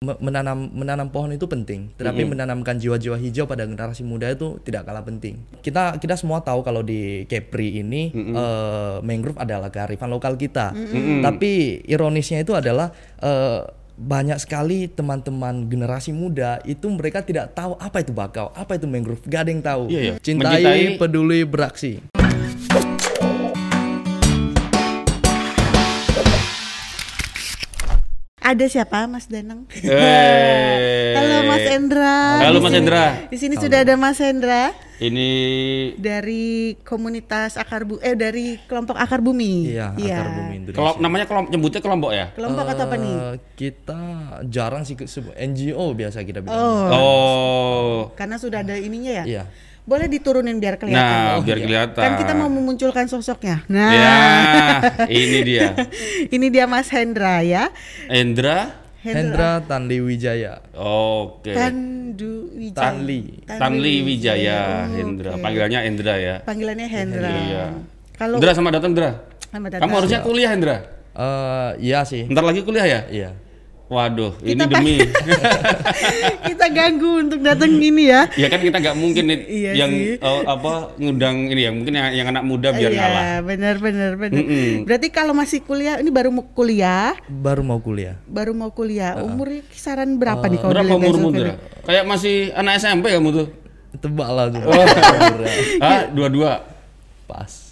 menanam pohon itu penting, tetapi menanamkan jiwa-jiwa hijau pada generasi muda itu tidak kalah penting. Kita semua tahu kalau di Kepri ini mangrove adalah kearifan lokal kita. Tapi ironisnya itu adalah banyak sekali teman-teman generasi muda itu mereka tidak tahu apa itu bakau, apa itu mangrove, gak ada yang tahu. Cintai, peduli, beraksi. Ada siapa, Mas Danang? Halo Mas Hendra. Halo Mas Hendra. Di sini sudah ada Mas Hendra. Ini dari komunitas dari kelompok Akar Bumi. Iya. Akar Bumi Indonesia. namanya nyebutnya kelompok ya? Kelompok atau apa nih? Kita jarang sih NGO biasa kita bilang. Karena sudah ada ininya ya? Iya. Boleh diturunin biar kelihatan. Nah, biar kelihatan. Kan kita mau memunculkan sosoknya. Nah, ya, ini dia. Ini dia Mas Hendra ya. Hendra Tanli Wijaya. Oke. Tanli Wijaya. Hendra. Panggilannya Hendra ya. Panggilannya Hendra. Iya. Kalau Hendra, selamat datang Hendra. Kamu harusnya kuliah Hendra. Iya sih. Bentar lagi kuliah ya? Iya. Waduh, ini demi kita ganggu untuk datang ini ya. Ya kan kita nggak mungkin Iya yang ngundang ini ya, mungkin yang anak muda biar ngalah. Iya, benar. Berarti kalau masih kuliah, ini baru mau kuliah? Baru mau kuliah. Umurnya kisaran berapa nih kalau berapa dilihat umurmu? survei? Kayak masih anak SMP kamu tuh. Tebak lah tuh. Dua-dua. Pas.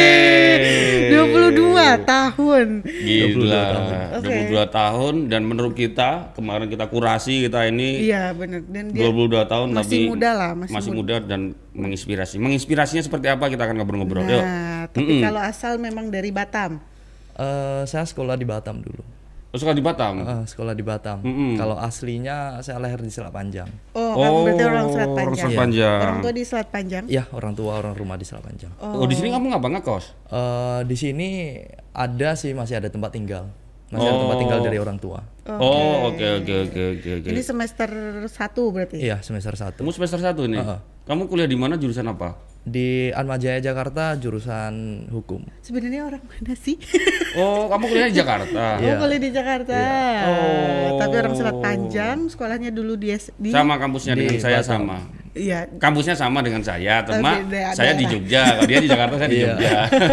22 tahun. Gila. 22 tahun dan menurut kita kemarin kita kurasi kita ini. Iya benar. Dan dia 22 tahun masih tapi muda lah, masih muda dan menginspirasi. Menginspirasinya seperti apa kita akan ngobrol-ngobrol. Yuk. Tapi kalau asal memang dari Batam. Saya sekolah di Batam dulu. Sekolah di Batam. Sekolah di Batam. Kalau aslinya saya lahir di Selat Panjang. Kamu berarti orang Selat Panjang. Selat Panjang. Orang tua di Selat Panjang? Iya, orang rumah di Selat Panjang. Di sini kamu nggak ngekos? Di sini ada sih, masih ada tempat tinggal. Ada tempat tinggal dari orang tua. Oke. Ini semester 1 berarti? Iya, semester 1. Kamu semester 1 ini? Kamu kuliah di mana, jurusan apa? Di Atmajaya Jakarta, jurusan hukum. Sebenarnya orang mana sih? Kamu kuliah di Jakarta? Aku kuliah di Jakarta. Tapi orang Selat Panjang, sekolahnya dulu di sama kampusnya dengan saya Batam. sama. Iya. Kampusnya sama dengan saya, cuma Beda saya di daerah. Jogja, kalau dia di Jakarta saya di Jogja.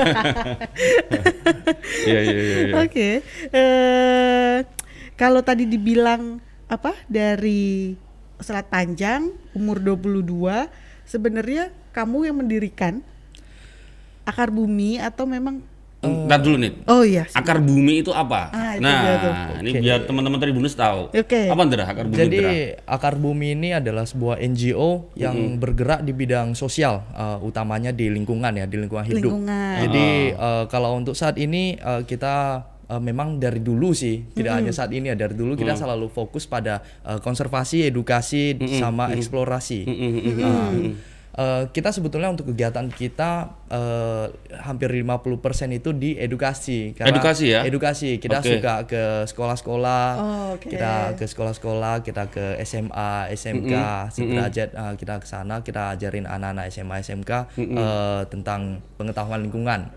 Iya. Oke. Kalau tadi dibilang dari Selat Panjang, umur 22, sebenarnya kamu yang mendirikan Akar Bumi atau memang Ntar dulu nih. Oh iya. Akar Bumi itu apa? Itu dia tuh. Ini biar teman-teman Tribunus tahu. Oke. Apa Ndra Akar Bumi? Jadi Akar Bumi ini adalah sebuah NGO yang bergerak di bidang sosial, utamanya di lingkungan ya, di lingkungan hidup. Jadi kalau untuk saat ini kita memang dari dulu sih, tidak hanya saat ini ya, dari dulu kita selalu fokus pada konservasi, edukasi, sama eksplorasi. Kita sebetulnya untuk kegiatan kita hampir 50% itu di edukasi. Karena edukasi kita suka ke sekolah-sekolah, kita ke sekolah-sekolah, kita ke SMA, SMK, sederajat, kita ke sana, kita ajarin anak-anak SMA, SMK tentang pengetahuan lingkungan.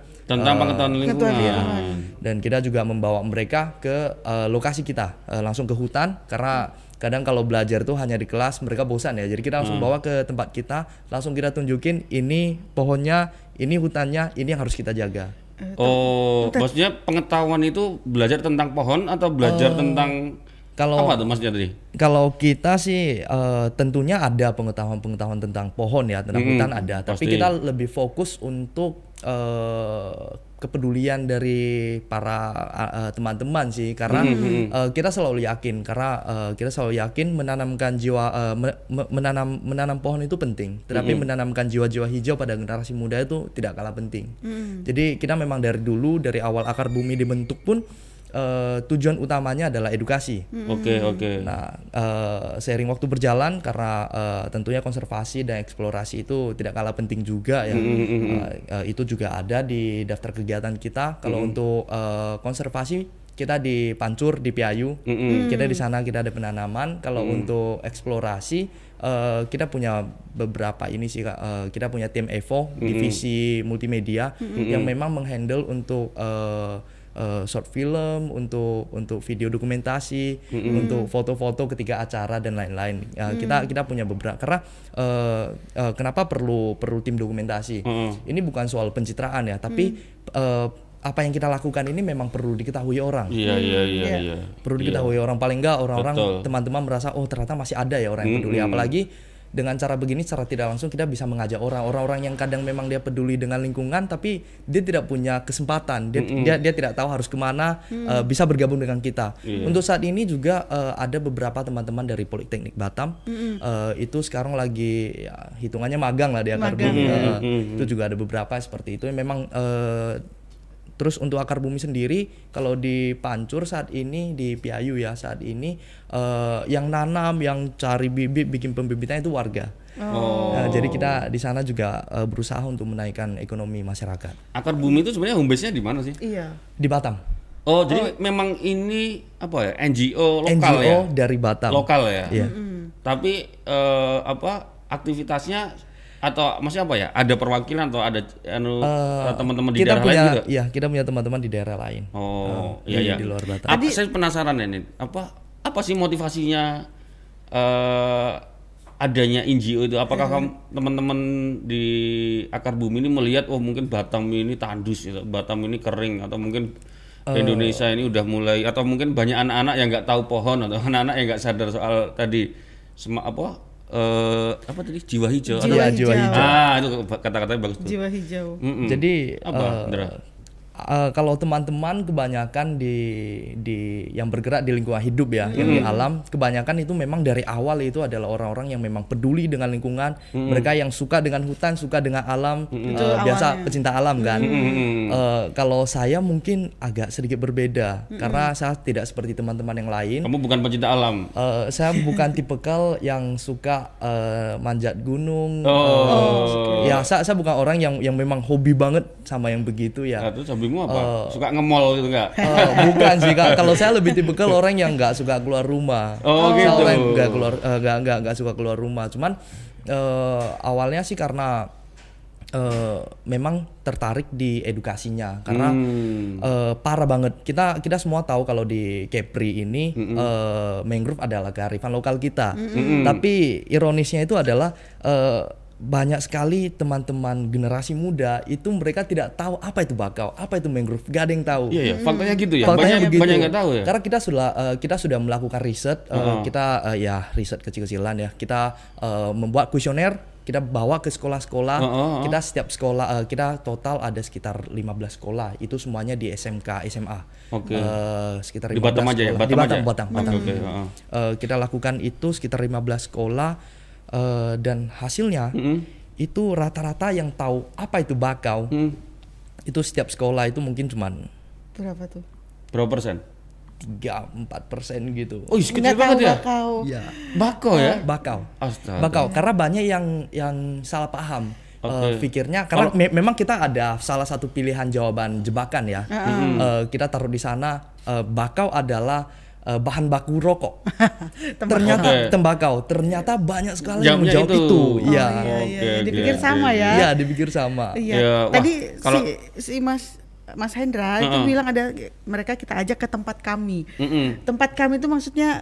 Dan kita juga membawa mereka ke lokasi kita, langsung ke hutan, karena kadang kalau belajar tuh hanya di kelas mereka bosan ya, jadi kita langsung bawa ke tempat kita, langsung kita tunjukin ini pohonnya, ini hutannya, ini yang harus kita jaga. Maksudnya pengetahuan itu belajar tentang pohon atau belajar tentang apa tuh maksudnya tadi? Kalau kita sih tentunya ada pengetahuan tentang pohon ya, tentang hutan ada, tapi kita lebih fokus untuk kepedulian dari para teman-teman sih, karena kita selalu yakin, menanamkan jiwa menanam pohon itu penting, tetapi menanamkan jiwa-jiwa hijau pada generasi muda itu tidak kalah penting. Jadi kita memang dari dulu, dari awal Akar Bumi dibentuk pun tujuan utamanya adalah edukasi. Oke. Nah, seiring waktu berjalan, karena tentunya konservasi dan eksplorasi itu tidak kalah penting juga ya. Itu juga ada di daftar kegiatan kita. Kalau untuk konservasi kita di Pancur, di Piayu, kita di sana kita ada penanaman. Kalau untuk eksplorasi kita punya beberapa ini sih, kita punya tim Evo, divisi multimedia yang memang menghandle untuk short film, untuk video dokumentasi, untuk foto-foto ketika acara dan lain-lain. Kita punya beberapa, karena kenapa perlu tim dokumentasi? Ini bukan soal pencitraan ya, tapi apa yang kita lakukan ini memang perlu diketahui orang. Iya. Perlu diketahui orang, paling enggak orang-orang, teman-teman merasa oh ternyata masih ada ya orang yang peduli. Apalagi dengan cara begini, secara tidak langsung kita bisa mengajak orang-orang yang kadang memang dia peduli dengan lingkungan tapi dia tidak punya kesempatan, dia tidak tahu harus kemana, bisa bergabung dengan kita. Untuk saat ini juga ada beberapa teman-teman dari Politeknik Batam, itu sekarang lagi ya, hitungannya magang lah di Akar Bumi. Itu juga ada beberapa seperti itu yang memang terus untuk Akar Bumi sendiri, kalau di Pancur saat ini, di Piayu ya saat ini, yang nanam, yang cari bibit, bikin pembibitan itu warga. Jadi kita di sana juga berusaha untuk menaikkan ekonomi masyarakat. Akar Bumi itu sebenarnya home base-nya di mana sih? Iya. Di Batam. Jadi memang ini apa ya, NGO lokal NGO ya? dari Batam. Lokal ya? Iya. Tapi aktivitasnya atau maksudnya apa ya? Ada perwakilan atau ada teman-teman di daerah lain juga? Iya, kita punya teman-teman di daerah lain. Iya. Di luar Batam. Saya penasaran ini, apa sih motivasinya adanya NGO itu? Apakah teman-teman di Akar Bumi ini melihat mungkin Batam ini tandus, gitu, Batam ini kering, atau mungkin Indonesia ini udah mulai, atau mungkin banyak anak-anak yang nggak tahu pohon, atau anak-anak yang nggak sadar soal tadi apa tadi jiwa hijau? Jiwa hijau. Itu kata-katanya bagus tuh. Jiwa hijau. Jadi Indra? Kalau teman-teman kebanyakan di yang bergerak di lingkungan hidup ya, yang di alam, kebanyakan itu memang dari awal itu adalah orang-orang yang memang peduli dengan lingkungan, mereka yang suka dengan hutan, suka dengan alam, biasa pecinta alam kan. Kalau saya mungkin agak sedikit berbeda, karena saya tidak seperti teman-teman yang lain. Kamu bukan pecinta alam? Saya bukan tipikal yang suka manjat gunung. Ya saya bukan orang yang memang hobi banget sama yang begitu ya. Terus hobimu apa? Suka nge-mall gitu nggak? Bukan sih Kak. Kalau saya lebih tipikal orang yang nggak suka keluar rumah. Gitu. Saya orang nggak suka keluar rumah. Cuman awalnya sih karena memang tertarik di edukasinya, karena parah banget. Kita semua tahu kalau di Kepri ini mangrove adalah kearifan lokal kita. Tapi ironisnya itu adalah banyak sekali teman-teman generasi muda itu mereka tidak tahu apa itu bakau, apa itu mangrove, gak ada yang tahu. Iya, faktanya gitu ya. Faktanya begitu. Banyak nggak tahu ya. Karena kita sudah melakukan riset, kita ya riset kecil-kecilan ya. Kita membuat kuesioner, kita bawa ke sekolah-sekolah. Kita setiap sekolah kita total ada sekitar 15 sekolah. Itu semuanya di SMK, SMA. Sekitar 15 di Batam aja ya? Batam. Kita lakukan itu sekitar 15 sekolah. Dan hasilnya itu rata-rata yang tahu apa itu bakau itu setiap sekolah itu mungkin cuman berapa tuh? Berapa persen? 3-4% gitu. Oh, kecil banget ya? Bakau. Ya. Bakau ya? Bakau. Astaga. Bakau, karena banyak yang salah paham. Pikirnya karena memang kita ada salah satu pilihan jawaban jebakan ya. Kita taruh di sana bakau adalah bahan baku rokok. Ternyata tembakau. Ternyata banyak sekali yang menjawab itu. Iya. Dipikir sama ya. Iya, dipikir sama. Iya. Tadi si Mas Hendra itu bilang ada mereka kita ajak ke tempat kami. Tempat kami itu maksudnya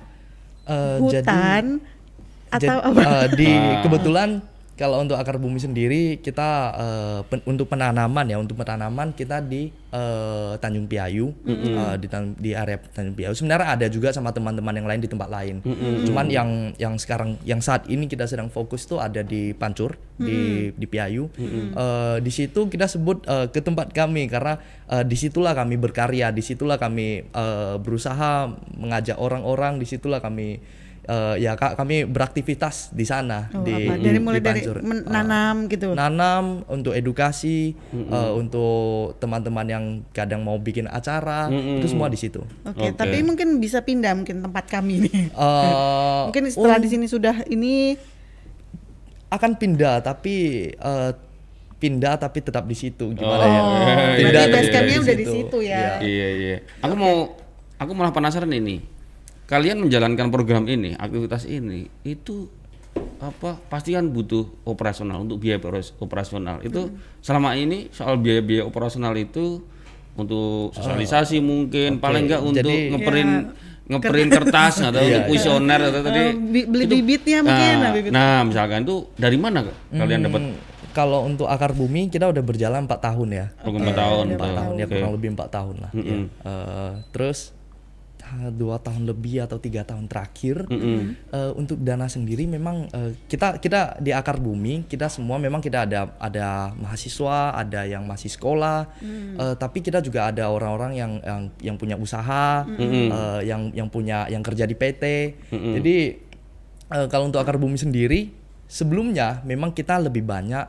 hutan atau apa? Kebetulan kalau untuk Akar Bumi sendiri kita untuk penanaman kita di Tanjung Piayu, di area Tanjung Piayu. Sebenarnya ada juga sama teman-teman yang lain di tempat lain. Cuman yang sekarang yang saat ini kita sedang fokus tuh ada di Pancur, di Piayu. Di situ kita sebut ke tempat kami karena disitulah kami berkarya, disitulah kami berusaha mengajak orang-orang, disitulah kami kami beraktivitas di sana. Dari mulai dari menanam gitu. Nanam untuk edukasi, untuk teman-teman yang kadang mau bikin acara, itu semua di situ. Tapi mungkin bisa pindah mungkin tempat kami nih. Mungkin setelah di sini sudah ini akan pindah tapi tetap di situ gimana ya? Pindah base campnya udah di situ ya. Iya. Aku malah penasaran ini. Kalian menjalankan program ini, aktivitas ini, itu pasti kan butuh operasional, untuk biaya operasional. Itu selama ini soal biaya-biaya operasional itu untuk sosialisasi mungkin, paling enggak untuk ngeprint kertas atau kuesioner atau tadi beli bibitnya mungkin. Nah, misalkan itu dari mana kalian dapat? Kalau untuk Akar Bumi kita udah berjalan 4 tahun ya. 4 tahun. 4 tahun ya, kurang lebih 4 tahun lah. Ya. Terus 2 tahun lebih atau 3 tahun terakhir untuk dana sendiri memang kita di Akar Bumi kita semua memang kita ada mahasiswa, ada yang masih sekolah, tapi kita juga ada orang-orang yang punya usaha, yang kerja di PT. Jadi kalau untuk Akar Bumi sendiri sebelumnya memang kita lebih banyak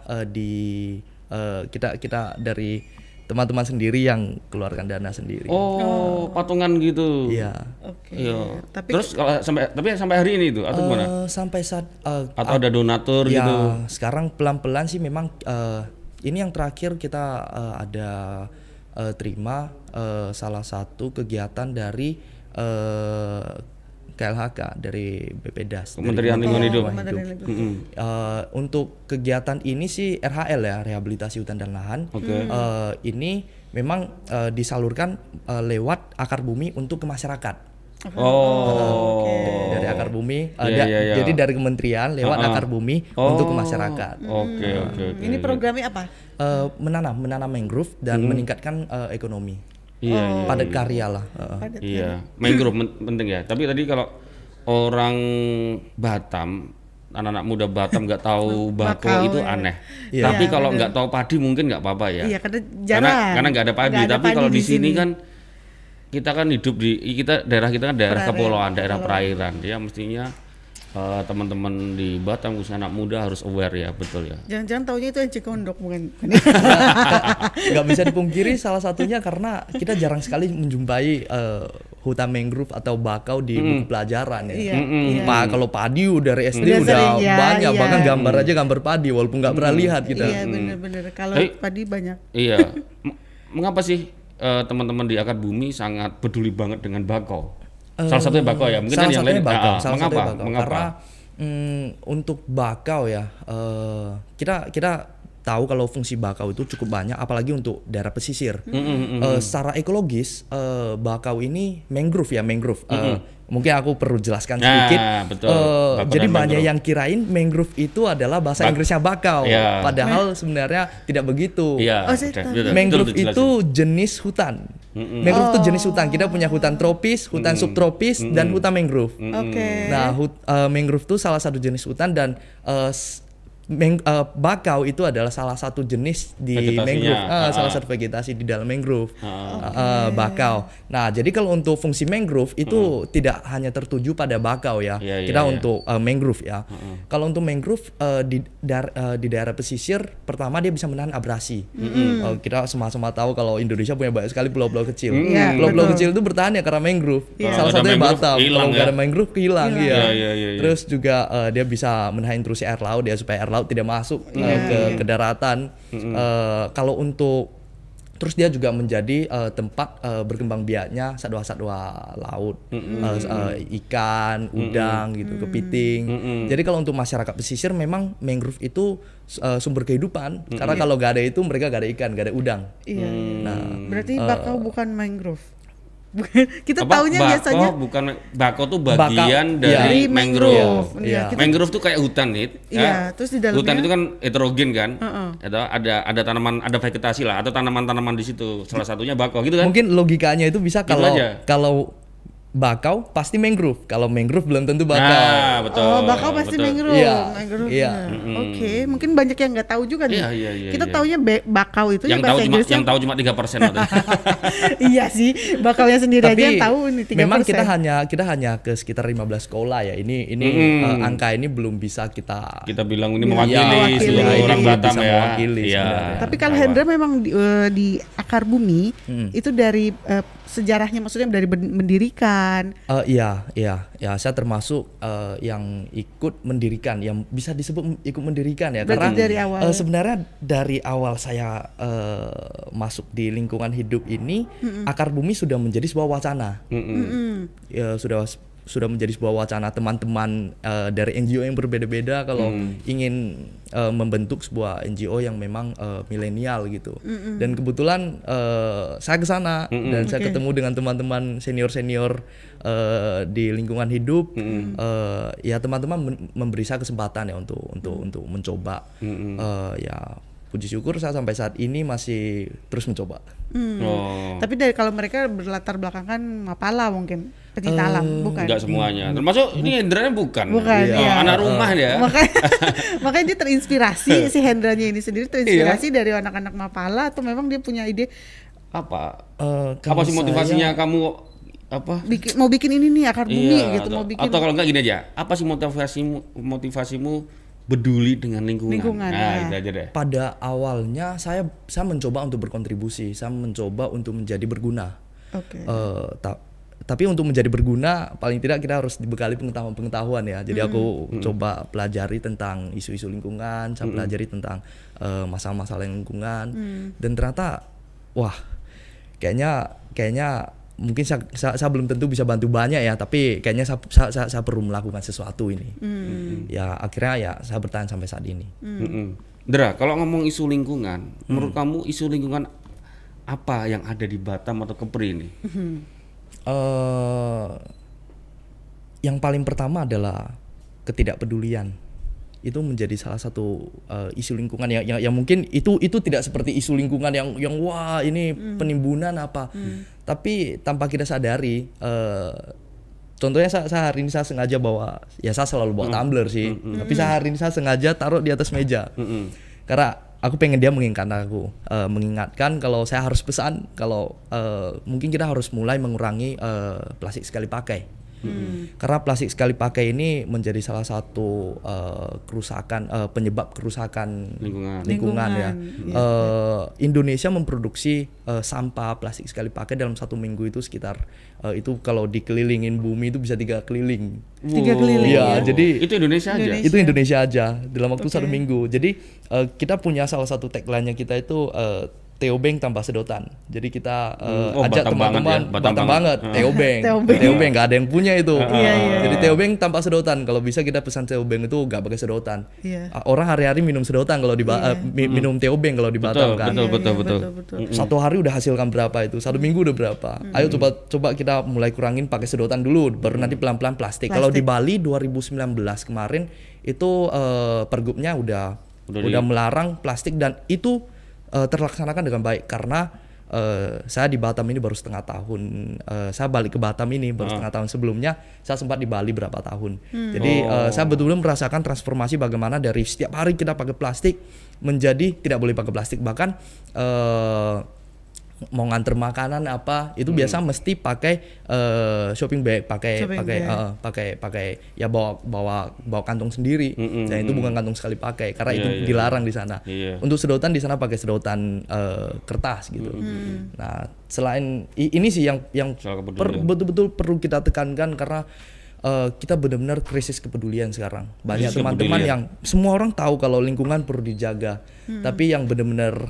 kita dari teman-teman sendiri yang keluarkan dana sendiri. Patungan gitu. Iya. Oke. Iya. Terus kalau sampai hari ini itu atau gimana? Sampai saat atau ada donatur ya, gitu. Sekarang pelan-pelan sih memang ini yang terakhir kita ada terima salah satu kegiatan dari KLHK dari BPDAS, Kementerian Lingkungan Hidup. Untuk kegiatan ini sih RHL ya, rehabilitasi hutan dan lahan. Ini memang disalurkan lewat Akar Bumi untuk ke masyarakat. Dari Akar Bumi, jadi dari kementerian lewat Akar Bumi untuk ke masyarakat. Oke. Ini programnya apa? Menanam mangrove dan meningkatkan ekonomi. Padat karya lah. Mangrove penting ya. Tapi tadi kalau orang Batam, anak-anak muda Batam nggak tahu bako itu aneh. Tapi kalau nggak tahu padi mungkin nggak apa-apa ya. Iya, karena nggak ada padi. Tapi kalau di sini kan kita kan hidup daerah kita kan daerah kepulauan, daerah perairan. Ya mestinya teman-teman di Batam khususnya anak muda harus aware ya, betul ya. Jangan-jangan taunya itu Eceng Gondok bukan? Nggak bisa dipungkiri salah satunya karena kita jarang sekali menjumpai hutan mangrove atau bakau di buku pelajaran ya. Kalau padi dari SD udah banyak, bahkan gambar padi walaupun nggak pernah lihat kita. Iya benar-benar. Kalau padi banyak. Iya. Mengapa sih teman-teman di Akar Bumi sangat peduli banget dengan bakau? Salah satunya bakau ya, mungkin kan yang lain. Mengapa? Karena untuk bakau ya, kita tahu kalau fungsi bakau itu cukup banyak, apalagi untuk daerah pesisir. Secara ekologis, bakau ini mangrove. Mungkin aku perlu jelaskan sedikit. Jadi banyak yang kirain mangrove itu adalah bahasa Inggrisnya bakau, padahal sebenarnya tidak begitu. Mangrove itu jenis hutan. Mangrove itu jenis hutan. Kita punya hutan tropis, hutan subtropis, dan hutan mangrove. Nah, mangrove itu salah satu jenis hutan dan bakau itu adalah salah satu jenis di mangrove, salah satu vegetasi di dalam mangrove, bakau. Nah, jadi kalau untuk fungsi mangrove itu tidak hanya tertuju pada bakau ya, kita untuk mangrove ya. Kalau untuk mangrove di daerah pesisir, pertama dia bisa menahan abrasi. Kita sama-sama tahu kalau Indonesia punya banyak sekali pulau-pulau kecil. Pulau-pulau kecil itu bertahan ya karena mangrove. Salah satunya Batam. Kalau nggak ada mangrove hilang ya. Terus juga dia bisa menahan intrusi air laut ya supaya air laut tidak masuk ke daratan. Kalau untuk terus dia juga menjadi tempat berkembang biaknya satwa-satwa laut, ikan, udang gitu, kepiting. Jadi kalau untuk masyarakat pesisir memang mangrove itu sumber kehidupan, karena kalau nggak ada itu mereka nggak ada ikan, nggak ada udang. Nah, berarti bakau bukan mangrove. Kita taunya biasanya bakau tuh bagian dari mangrove. Mangrove tuh kayak hutan nih. Terus di dalamnya hutan itu kan heterogen kan. Ada tanaman, ada vegetasi lah atau tanaman-tanaman di situ. Salah satunya bakau gitu kan. Mungkin logikanya itu bisa kalau bakau pasti mangrove. Kalau mangrove belum tentu bakau. Betul. Bakau pasti mangrove. Oke, mungkin banyak yang nggak tahu juga nih. Kita taunya bakau itu yang tahu yang tahu cuma 3%. Iya sih, bakaunya sendiri aja yang tahu nih 3%. Memang kita hanya ke sekitar 15 sekolah ya. Ini angka ini belum bisa kita bilang ini mewakili seluruh orang Batam ya. Tapi kalau Hendra memang di Akar Bumi itu dari sejarahnya, maksudnya dari mendirikan. Saya termasuk yang ikut mendirikan, yang bisa disebut ikut mendirikan ya. Berarti karena dari awal, sebenarnya dari awal saya masuk di lingkungan hidup ini, Akar Bumi sudah menjadi sebuah wacana. Sudah sudah menjadi sebuah wacana teman-teman dari NGO yang berbeda-beda kalau ingin membentuk sebuah NGO yang memang milenial gitu. Dan kebetulan saya ke sana dan saya ketemu dengan teman-teman senior-senior di lingkungan hidup. Ya teman-teman memberi saya kesempatan ya untuk mencoba. Ya puji syukur saya sampai saat ini masih terus mencoba. Tapi kalau mereka berlatar belakangan Mapala mungkin pecinta alam, bukan? Enggak semuanya. Termasuk ini Hendranya bukan. Iya. Anak rumah dia. Makanya dia terinspirasi si Hendranya ini sendiri terinspirasi dari anak-anak Mapala atau memang dia punya ide apa? Apa sih motivasinya kamu mau bikin ini nih akar bumi gitu, mau bikin. Atau kalau enggak gini aja, apa sih motivasimu peduli dengan lingkungan. Nah, itu aja deh. Pada awalnya saya mencoba untuk berkontribusi, saya mencoba untuk menjadi berguna. Tapi untuk menjadi berguna, paling tidak kita harus dibekali pengetahuan ya. Jadi aku coba pelajari tentang isu-isu lingkungan, saya pelajari tentang masalah-masalah lingkungan, dan ternyata, wah, kayaknya mungkin saya belum tentu bisa bantu banyak ya, tapi kayaknya saya perlu melakukan sesuatu ini. Ya akhirnya ya saya bertahan sampai saat ini. Dra, kalau ngomong isu lingkungan, menurut kamu isu lingkungan apa yang ada di Batam atau Kepri ini? Yang paling pertama adalah ketidakpedulian. Itu menjadi salah satu isu lingkungan yang mungkin itu tidak seperti isu lingkungan yang wah ini penimbunan apa. Tapi tanpa kita sadari, contohnya saya hari ini saya sengaja bawa, ya saya selalu bawa tumbler sih, tapi hari ini saya sengaja taruh di atas meja, karena aku pengen dia mengingatkan kalau saya harus pesan kalau mungkin kita harus mulai mengurangi plastik sekali pakai. Karena plastik sekali pakai ini menjadi salah satu penyebab kerusakan lingkungan ya. Indonesia memproduksi sampah plastik sekali pakai dalam 1 minggu itu sekitar itu kalau dikelilingin bumi itu bisa 3 keliling. 3 keliling. Ya, jadi itu Indonesia aja. Itu Indonesia aja dalam waktu 1 minggu. Jadi kita punya salah satu tagline-nya kita itu Teobeng tanpa sedotan. Jadi kita ajak teman-teman Batam banget. Teobeng nggak ada yang punya itu. Jadi Teobeng tanpa sedotan. Kalau bisa kita pesan Teobeng itu nggak pakai sedotan. Orang hari-hari minum sedotan kalau minum Teobeng kalau di Batam kan. Betul. Satu hari udah hasilkan berapa itu? 1 minggu udah berapa? Ayo coba kita mulai kurangin pakai sedotan dulu. Baru nanti pelan-pelan plastik. Kalau di Bali 2019 kemarin itu pergubnya udah melarang plastik dan itu terlaksanakan dengan baik karena saya di Batam ini baru setengah tahun. Saya balik ke Batam ini baru setengah tahun. Sebelumnya saya sempat di Bali berapa tahun. Jadi saya betul-betul merasakan transformasi bagaimana dari setiap hari kita pakai plastik menjadi tidak boleh pakai plastik. Bahkan mau nganter makanan apa itu biasa mesti pakai shopping bag, pakai ya bawa kantong sendiri. Dan itu bukan kantong sekali pakai karena itu dilarang di sana. Untuk sedotan di sana pakai sedotan kertas gitu. Nah, selain ini sih yang betul-betul perlu kita tekankan karena kita benar-benar krisis kepedulian sekarang. Banyak teman-teman yang semua orang tahu kalau lingkungan perlu dijaga, tapi yang benar-benar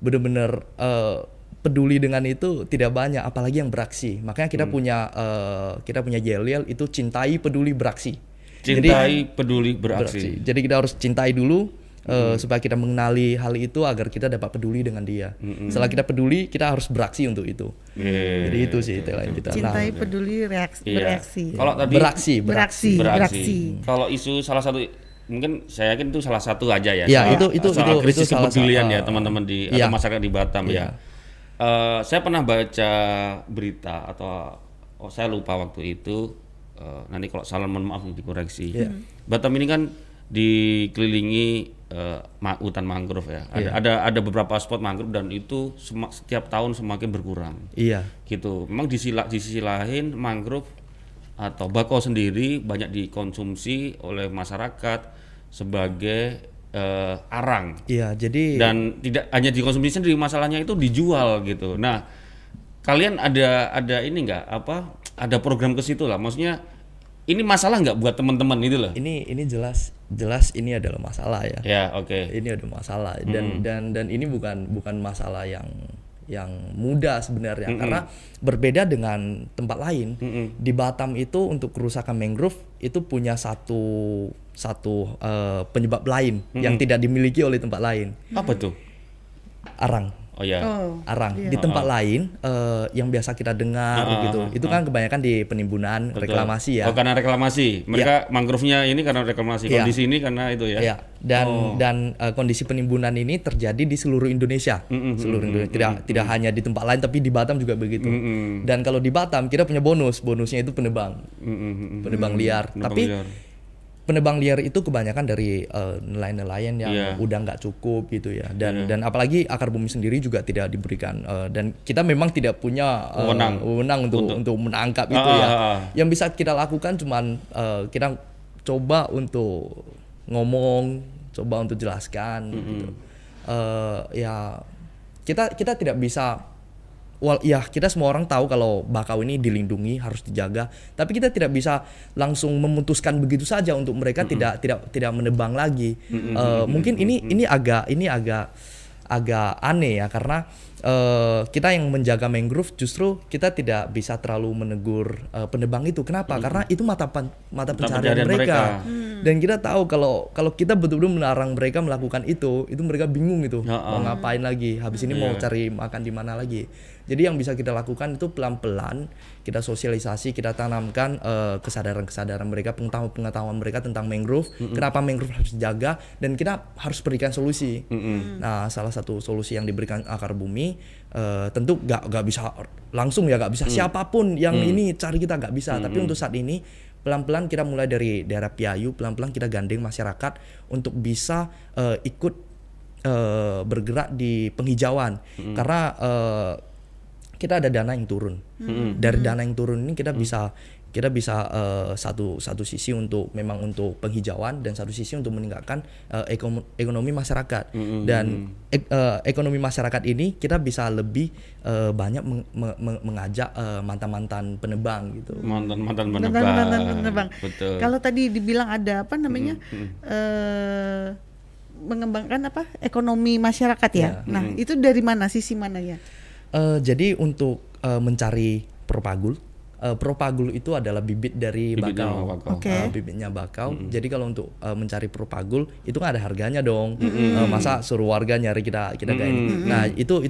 peduli dengan itu tidak banyak, apalagi yang beraksi. Makanya kita punya yel-yel itu cintai, peduli, beraksi. Peduli, beraksi. Jadi kita harus cintai dulu supaya kita mengenali hal itu agar kita dapat peduli dengan dia. Setelah kita peduli, kita harus beraksi untuk itu. Jadi itu sih tagline kita. Cintai, peduli, bereaksi. Kalau tadi beraksi. Kalau isu salah satu mungkin saya yakin itu salah satu aja ya. Ya, itu krisis salah kepedulian ya teman-teman atau masyarakat di Batam ya. Saya pernah baca berita atau saya lupa waktu itu, nanti kalau salah mohon maaf dikoreksi. Batam ini kan dikelilingi hutan mangrove ya. Ada beberapa spot mangrove dan itu setiap tahun semakin berkurang. Gitu. Memang di sisi lain mangrove atau bakau sendiri banyak dikonsumsi oleh masyarakat sebagai arang. Jadi dan tidak hanya dikonsumsi sendiri, masalahnya itu dijual gitu. Nah, kalian ada ini nggak ada program ke situ lah. Maksudnya ini masalah nggak buat teman-teman itu loh? Ini jelas ini adalah masalah ya. Ya, oke. Ini ada masalah dan ini bukan masalah yang mudah sebenarnya, karena berbeda dengan tempat lain. Di Batam itu untuk kerusakan mangrove itu punya satu penyebab lain yang tidak dimiliki oleh tempat lain. Apa tuh? Arang. Oh ya. Arang. Di tempat lain yang biasa kita dengar gitu. Itu kan kebanyakan di penimbunan, reklamasi ya. Oh, karena reklamasi. Mereka mangrove-nya ini karena reklamasi. Kalau di sini karena itu ya. Iya. Dan kondisi penimbunan ini terjadi di seluruh Indonesia. Seluruh Indonesia. Tidak hanya di tempat lain, tapi di Batam juga begitu. Dan kalau di Batam kita punya bonusnya itu penebang. Penebang liar. Penebang liar itu kebanyakan dari nelayan-nelayan yang udah nggak cukup gitu ya, dan apalagi akar bumi sendiri juga tidak diberikan, dan kita memang tidak punya wewenang untuk menangkap itu ya. Yang bisa kita lakukan cuman kita coba untuk ngomong, coba untuk jelaskan gitu. Ya kita tidak bisa. Ya kita semua orang tahu kalau bakau ini dilindungi, harus dijaga, tapi kita tidak bisa langsung memutuskan begitu saja untuk mereka tidak menebang lagi. Mungkin ini agak aneh ya, karena kita yang menjaga mangrove justru kita tidak bisa terlalu menegur penebang itu. Kenapa? Karena itu mata pencaharian mereka. Dan kita tahu kalau kita betul-betul melarang mereka melakukan itu mereka bingung itu mau ngapain lagi. Habis ini mau cari makan di mana lagi. Jadi yang bisa kita lakukan itu pelan-pelan kita sosialisasi, kita tanamkan kesadaran mereka, pengetahuan mereka tentang mangrove, kenapa mangrove harus dijaga, dan kita harus berikan solusi. Nah, salah satu solusi yang diberikan akar bumi tentu nggak bisa langsung ya, nggak bisa siapapun yang ini cari kita, nggak bisa. Tapi untuk saat ini pelan-pelan kita mulai dari daerah Piayu, pelan-pelan kita gandeng masyarakat untuk bisa ikut bergerak di penghijauan, karena kita ada dana yang turun. Dari dana yang turun ini kita bisa satu sisi untuk memang untuk penghijauan, dan satu sisi untuk meningkatkan ekonomi masyarakat. Dan ekonomi masyarakat ini kita bisa lebih banyak mengajak mantan-mantan penebang gitu. Mantan penebang. Betul. Kalau tadi dibilang ada apa namanya mengembangkan ekonomi masyarakat ya. Nah, itu dari mana, sisi mana ya? Jadi untuk mencari propagul itu adalah bibit dari bakau. Bibitnya bakau. Jadi kalau untuk mencari propagul itu kan ada harganya dong. Masa suruh warga nyari kita kayak ini. Nah, itu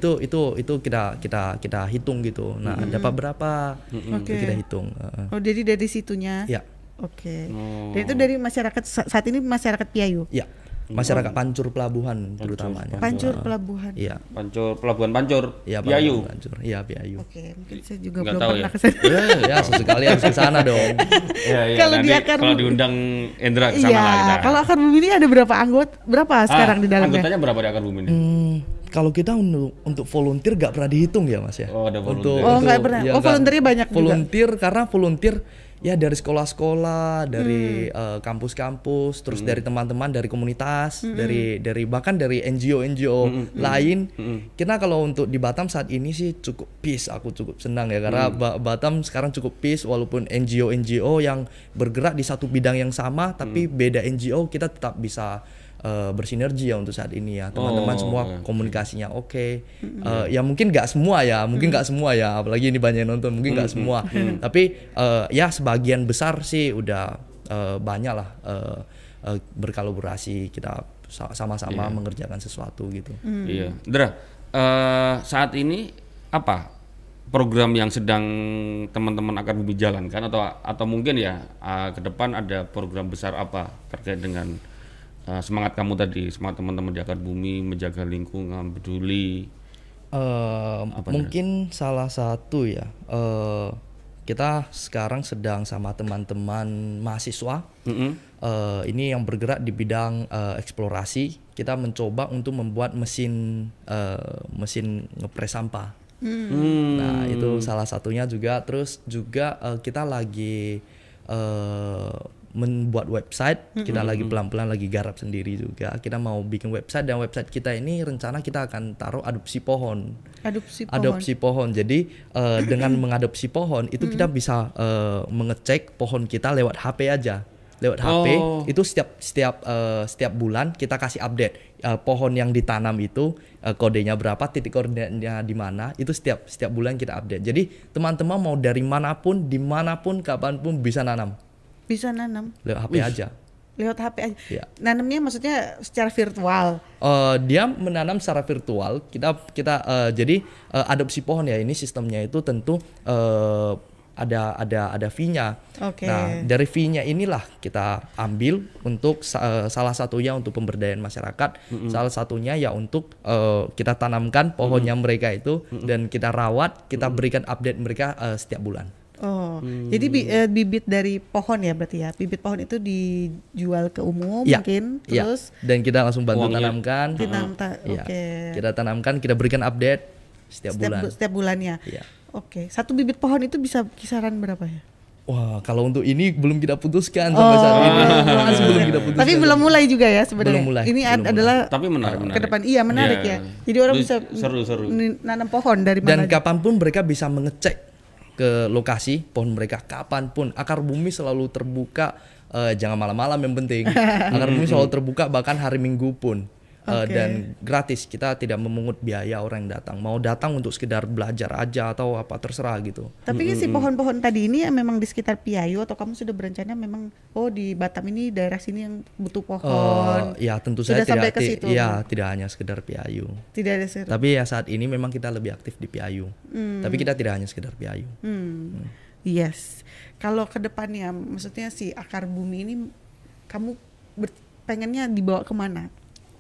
kita hitung gitu. Nah, dapat berapa? Kita hitung. Jadi dari situnya. Ya. Dan itu dari masyarakat saat ini, masyarakat Piayu. Ya. Masyarakat Pancur Pelabuhan terutamanya. Pancur Pelabuhan. Iya. Pelabuhan Pancur. Iya, Piayu. Iya, Piayu. Mungkin saya juga belum pernah ke sana. Ya, sesekali harus ke sana dong. Kalau diundang Endra ke sana lah kita. Kalau akar bumi ini ada berapa anggota? Berapa sekarang di dalamnya? Anggotanya berapa di akar bumi ini? Kalau kita untuk volunteer nggak pernah dihitung ya, Mas ya. Oh, ada volunteer. Nggak pernah. Ya, volunteernya banyak volunteer juga. Karena volunteer ya dari sekolah-sekolah, dari kampus-kampus, terus dari teman-teman, dari komunitas, dari bahkan dari NGO lain. Karena kalau untuk di Batam saat ini sih cukup peace, aku cukup senang ya, karena Batam sekarang cukup peace, walaupun NGO yang bergerak di satu bidang yang sama, tapi beda NGO, kita tetap bisa bersinergi ya untuk saat ini ya. Teman-teman semua komunikasinya oke. Ya mungkin nggak semua ya, apalagi ini banyak yang nonton, mungkin nggak semua. Tapi ya sebagian besar sih udah banyak lah berkolaborasi, kita sama-sama mengerjakan sesuatu gitu. Iya, Dra, saat ini apa program yang sedang teman-teman akar bumi jalankan, atau mungkin ya ke depan ada program besar apa terkait dengan semangat kamu tadi, semangat teman-teman di akar bumi menjaga lingkungan, peduli? Mungkin salah satu ya, kita sekarang sedang sama teman-teman mahasiswa ini yang bergerak di bidang eksplorasi. Kita mencoba untuk membuat mesin ngepres sampah. Nah, itu salah satunya juga. Terus juga kita lagi membuat website. Kita lagi pelan-pelan lagi garap sendiri juga. Kita mau bikin website, dan website kita ini rencana kita akan taruh adopsi pohon. Adopsi pohon. Jadi dengan mengadopsi pohon itu kita bisa mengecek pohon kita lewat HP aja. lewat HP. Itu setiap bulan kita kasih update pohon yang ditanam itu kodenya berapa, titik koordinatnya di mana, itu setiap bulan kita update. Jadi teman-teman mau dari manapun, dimanapun, kapanpun bisa nanam. Bisa nanam lewat HP aja. Lewat HP aja. Ya. Nanamnya maksudnya secara virtual. Dia menanam secara virtual. Jadi adopsi pohon ya, ini sistemnya itu tentu ada fee-nya. Okay. Nah, dari fee-nya inilah kita ambil untuk salah satunya untuk pemberdayaan masyarakat, salah satunya ya untuk kita tanamkan pohonnya mereka itu dan kita rawat, kita berikan update mereka setiap bulan. Jadi bibit dari pohon ya berarti ya. Bibit pohon itu dijual ke umum mungkin, terus dan kita langsung bantu tanamkan. Kita tanamkan, kita berikan update setiap bulan. Setiap bulannya. Iya. Oke. Satu bibit pohon itu bisa kisaran berapa ya? Wah, kalau untuk ini belum kita putuskan sampai saat ini. Belum kita putuskan. Tapi belum mulai juga ya sebenarnya. Belum mulai. Ini adalah tapi menarik. Ke depan menarik ya. Jadi orang bisa seru. nanam pohon dari mana. Dan kapanpun mereka bisa mengecek ke lokasi pohon mereka kapanpun. Akar Bumi selalu terbuka, jangan malam-malam yang penting. Akar Bumi selalu terbuka bahkan hari Minggu pun. Dan gratis, kita tidak memungut biaya orang yang datang. Mau datang untuk sekedar belajar aja atau apa terserah gitu. Tapi si pohon-pohon tadi ini memang di sekitar Piayu atau kamu sudah berencana memang di Batam ini daerah sini yang butuh pohon? Ya tentu sudah saja sampai ke situ. Tidak hanya sekedar Piayu. Tidak ada sekedar. Tapi ya saat ini memang kita lebih aktif di Piayu. Tapi kita tidak hanya sekedar Piayu. Yes. Kalau ke depannya maksudnya si Akar Bumi ini kamu pengennya dibawa kemana?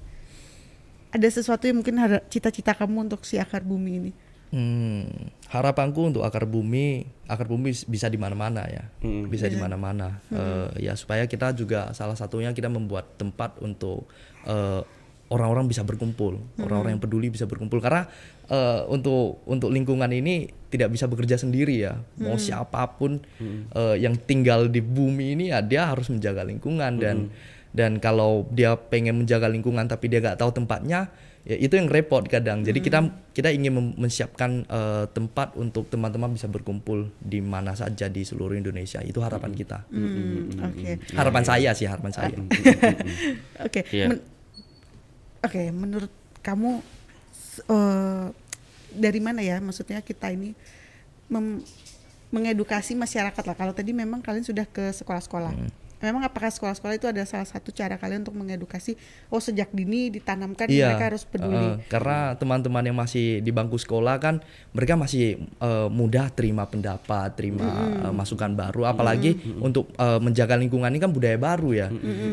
Ada sesuatu yang mungkin cita-cita kamu untuk si Akar Bumi ini? Harapanku untuk Akar Bumi bisa di mana-mana ya, bisa di mana-mana. Ya supaya kita juga salah satunya kita membuat tempat untuk orang-orang bisa berkumpul, orang-orang yang peduli bisa berkumpul. Karena untuk lingkungan ini tidak bisa bekerja sendiri ya. Mau siapapun yang tinggal di bumi ini ya dia harus menjaga lingkungan dan kalau dia pengen menjaga lingkungan tapi dia nggak tahu tempatnya, ya itu yang repot kadang. Jadi kita ingin menyiapkan tempat untuk teman-teman bisa berkumpul di mana saja di seluruh Indonesia. Itu harapan kita. Harapan saya. Oke, menurut kamu dari mana ya? Maksudnya kita ini mengedukasi masyarakat lah. Kalau tadi memang kalian sudah ke sekolah-sekolah. Memang apakah sekolah-sekolah itu ada salah satu cara kalian untuk mengedukasi sejak dini ditanamkan mereka harus peduli? Karena teman-teman yang masih di bangku sekolah kan mereka masih mudah terima pendapat, terima masukan baru, apalagi untuk menjaga lingkungan ini kan budaya baru ya.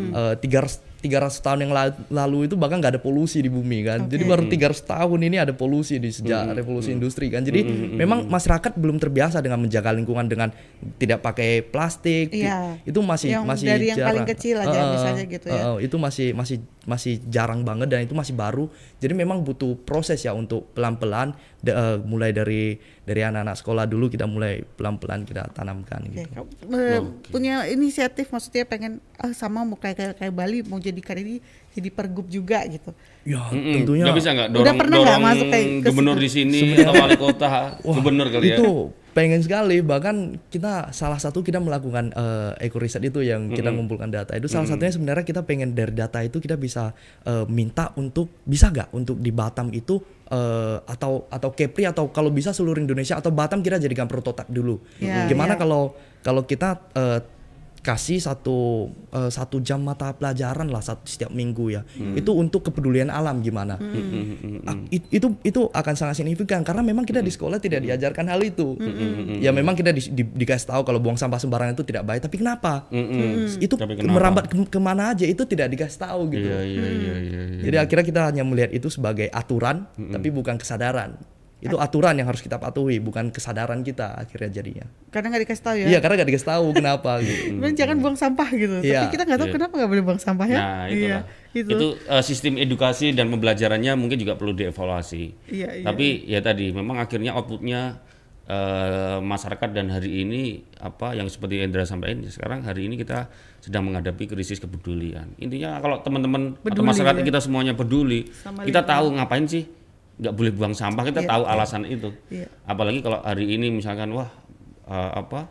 300 tahun yang lalu itu bahkan nggak ada polusi di bumi kan. Jadi baru 300 tahun ini ada polusi di sejak revolusi industri kan. Jadi memang masyarakat belum terbiasa dengan menjaga lingkungan dengan tidak pakai plastik. Itu masih dari yang jarang. paling kecil aja misalnya gitu ya. Itu masih jarang banget dan itu masih baru. Jadi memang butuh proses ya untuk pelan-pelan mulai dari anak-anak sekolah dulu kita mulai pelan-pelan kita tanamkan gitu. Punya inisiatif maksudnya pengen sama mau kayak Bali mau jadikan ini jadi pergub juga gitu. Ya, tentunya. Nggak bisa nggak dorong masuk kayak gubernur di sini atau wali kota, gubernur kali ya. Itu pengen sekali, bahkan kita melakukan eco-riset itu yang kita ngumpulkan data itu salah satunya sebenarnya kita pengen dari data itu kita bisa minta untuk bisa nggak untuk di Batam itu atau Kepri atau kalau bisa seluruh Indonesia atau Batam kita jadikan prototipe dulu. Gimana kalau kita kasih satu jam mata pelajaran lah setiap minggu ya. Itu untuk kepedulian alam gimana. Itu akan sangat signifikan karena memang kita di sekolah tidak diajarkan hal itu. Ya memang kita dikasih tahu kalau buang sampah sembarangan itu tidak baik, tapi kenapa? Itu merambat kemana aja itu tidak dikasih tahu gitu. Jadi akhirnya kita hanya melihat itu sebagai aturan tapi bukan kesadaran. Itu aturan yang harus kita patuhi, bukan kesadaran kita akhirnya jadinya. Karena nggak dikasih tahu ya? Iya, karena nggak dikasih tahu kenapa gitu. Jangan buang sampah gitu. Tapi kita nggak tahu kenapa nggak boleh buang sampah ya? Nah, itulah. Itu sistem edukasi dan pembelajarannya mungkin juga perlu dievaluasi. Tapi ya tadi memang akhirnya outputnya masyarakat dan hari ini apa yang seperti Endra sampaikan sekarang hari ini kita sedang menghadapi krisis kepedulian. Intinya kalau teman-teman atau masyarakat kita semuanya peduli, kita tahu ngapain sih nggak boleh buang sampah, kita tahu alasan itu. Apalagi kalau hari ini misalkan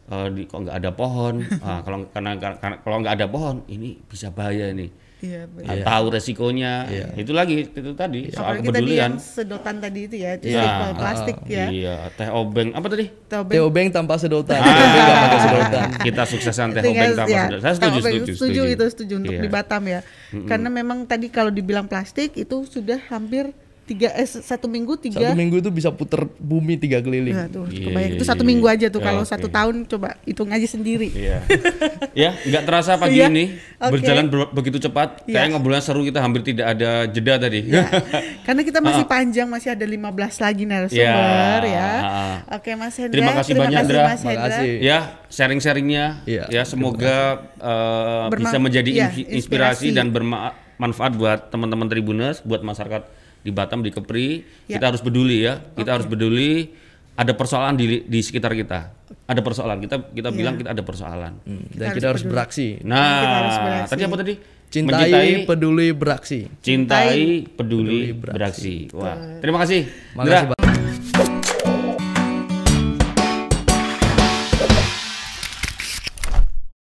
kok nggak ada pohon. Kalau nggak ada pohon, ini bisa bahaya ini. Iya, Tahu resikonya. Itu lagi itu tadi soal apalagi kepedulian. tadi yang sedotan tadi itu ya, plastik ya. Iya, teh obeng apa tadi? Teh obeng tanpa sedotan. Teh obeng nggak pakai sedotan. Kita suksesan teh obeng tanpa sedotan. Saya setuju untuk di Batam ya. Karena memang tadi kalau dibilang plastik itu sudah hampir 1 minggu itu bisa puter bumi 3 keliling. Ya, tuh, itu 1 minggu aja tuh. Kalau 1 tahun coba hitung aja sendiri. Iya. Ya, nggak terasa pagi ini berjalan begitu cepat. Kayak ngobrolnya seru, kita hampir tidak ada jeda tadi. Ya, karena kita masih panjang, masih ada 15 lagi narasumber ya. Oke Mas Hendra. Terima kasih banyak Hendra. Makasih. Ya, sharing-sharingnya. Ya, semoga bisa menjadi inspirasi dan bermanfaat buat teman-teman Tribuners, buat masyarakat di Batam, di Kepri. Kita harus peduli ya. Kita harus peduli. Ada persoalan di sekitar kita. Ada persoalan. Kita bilang kita ada persoalan. Dan kita harus beraksi. Nah, tadi apa tadi? Cintai, peduli, beraksi. Cintai, peduli, beraksi. Wah, terima kasih.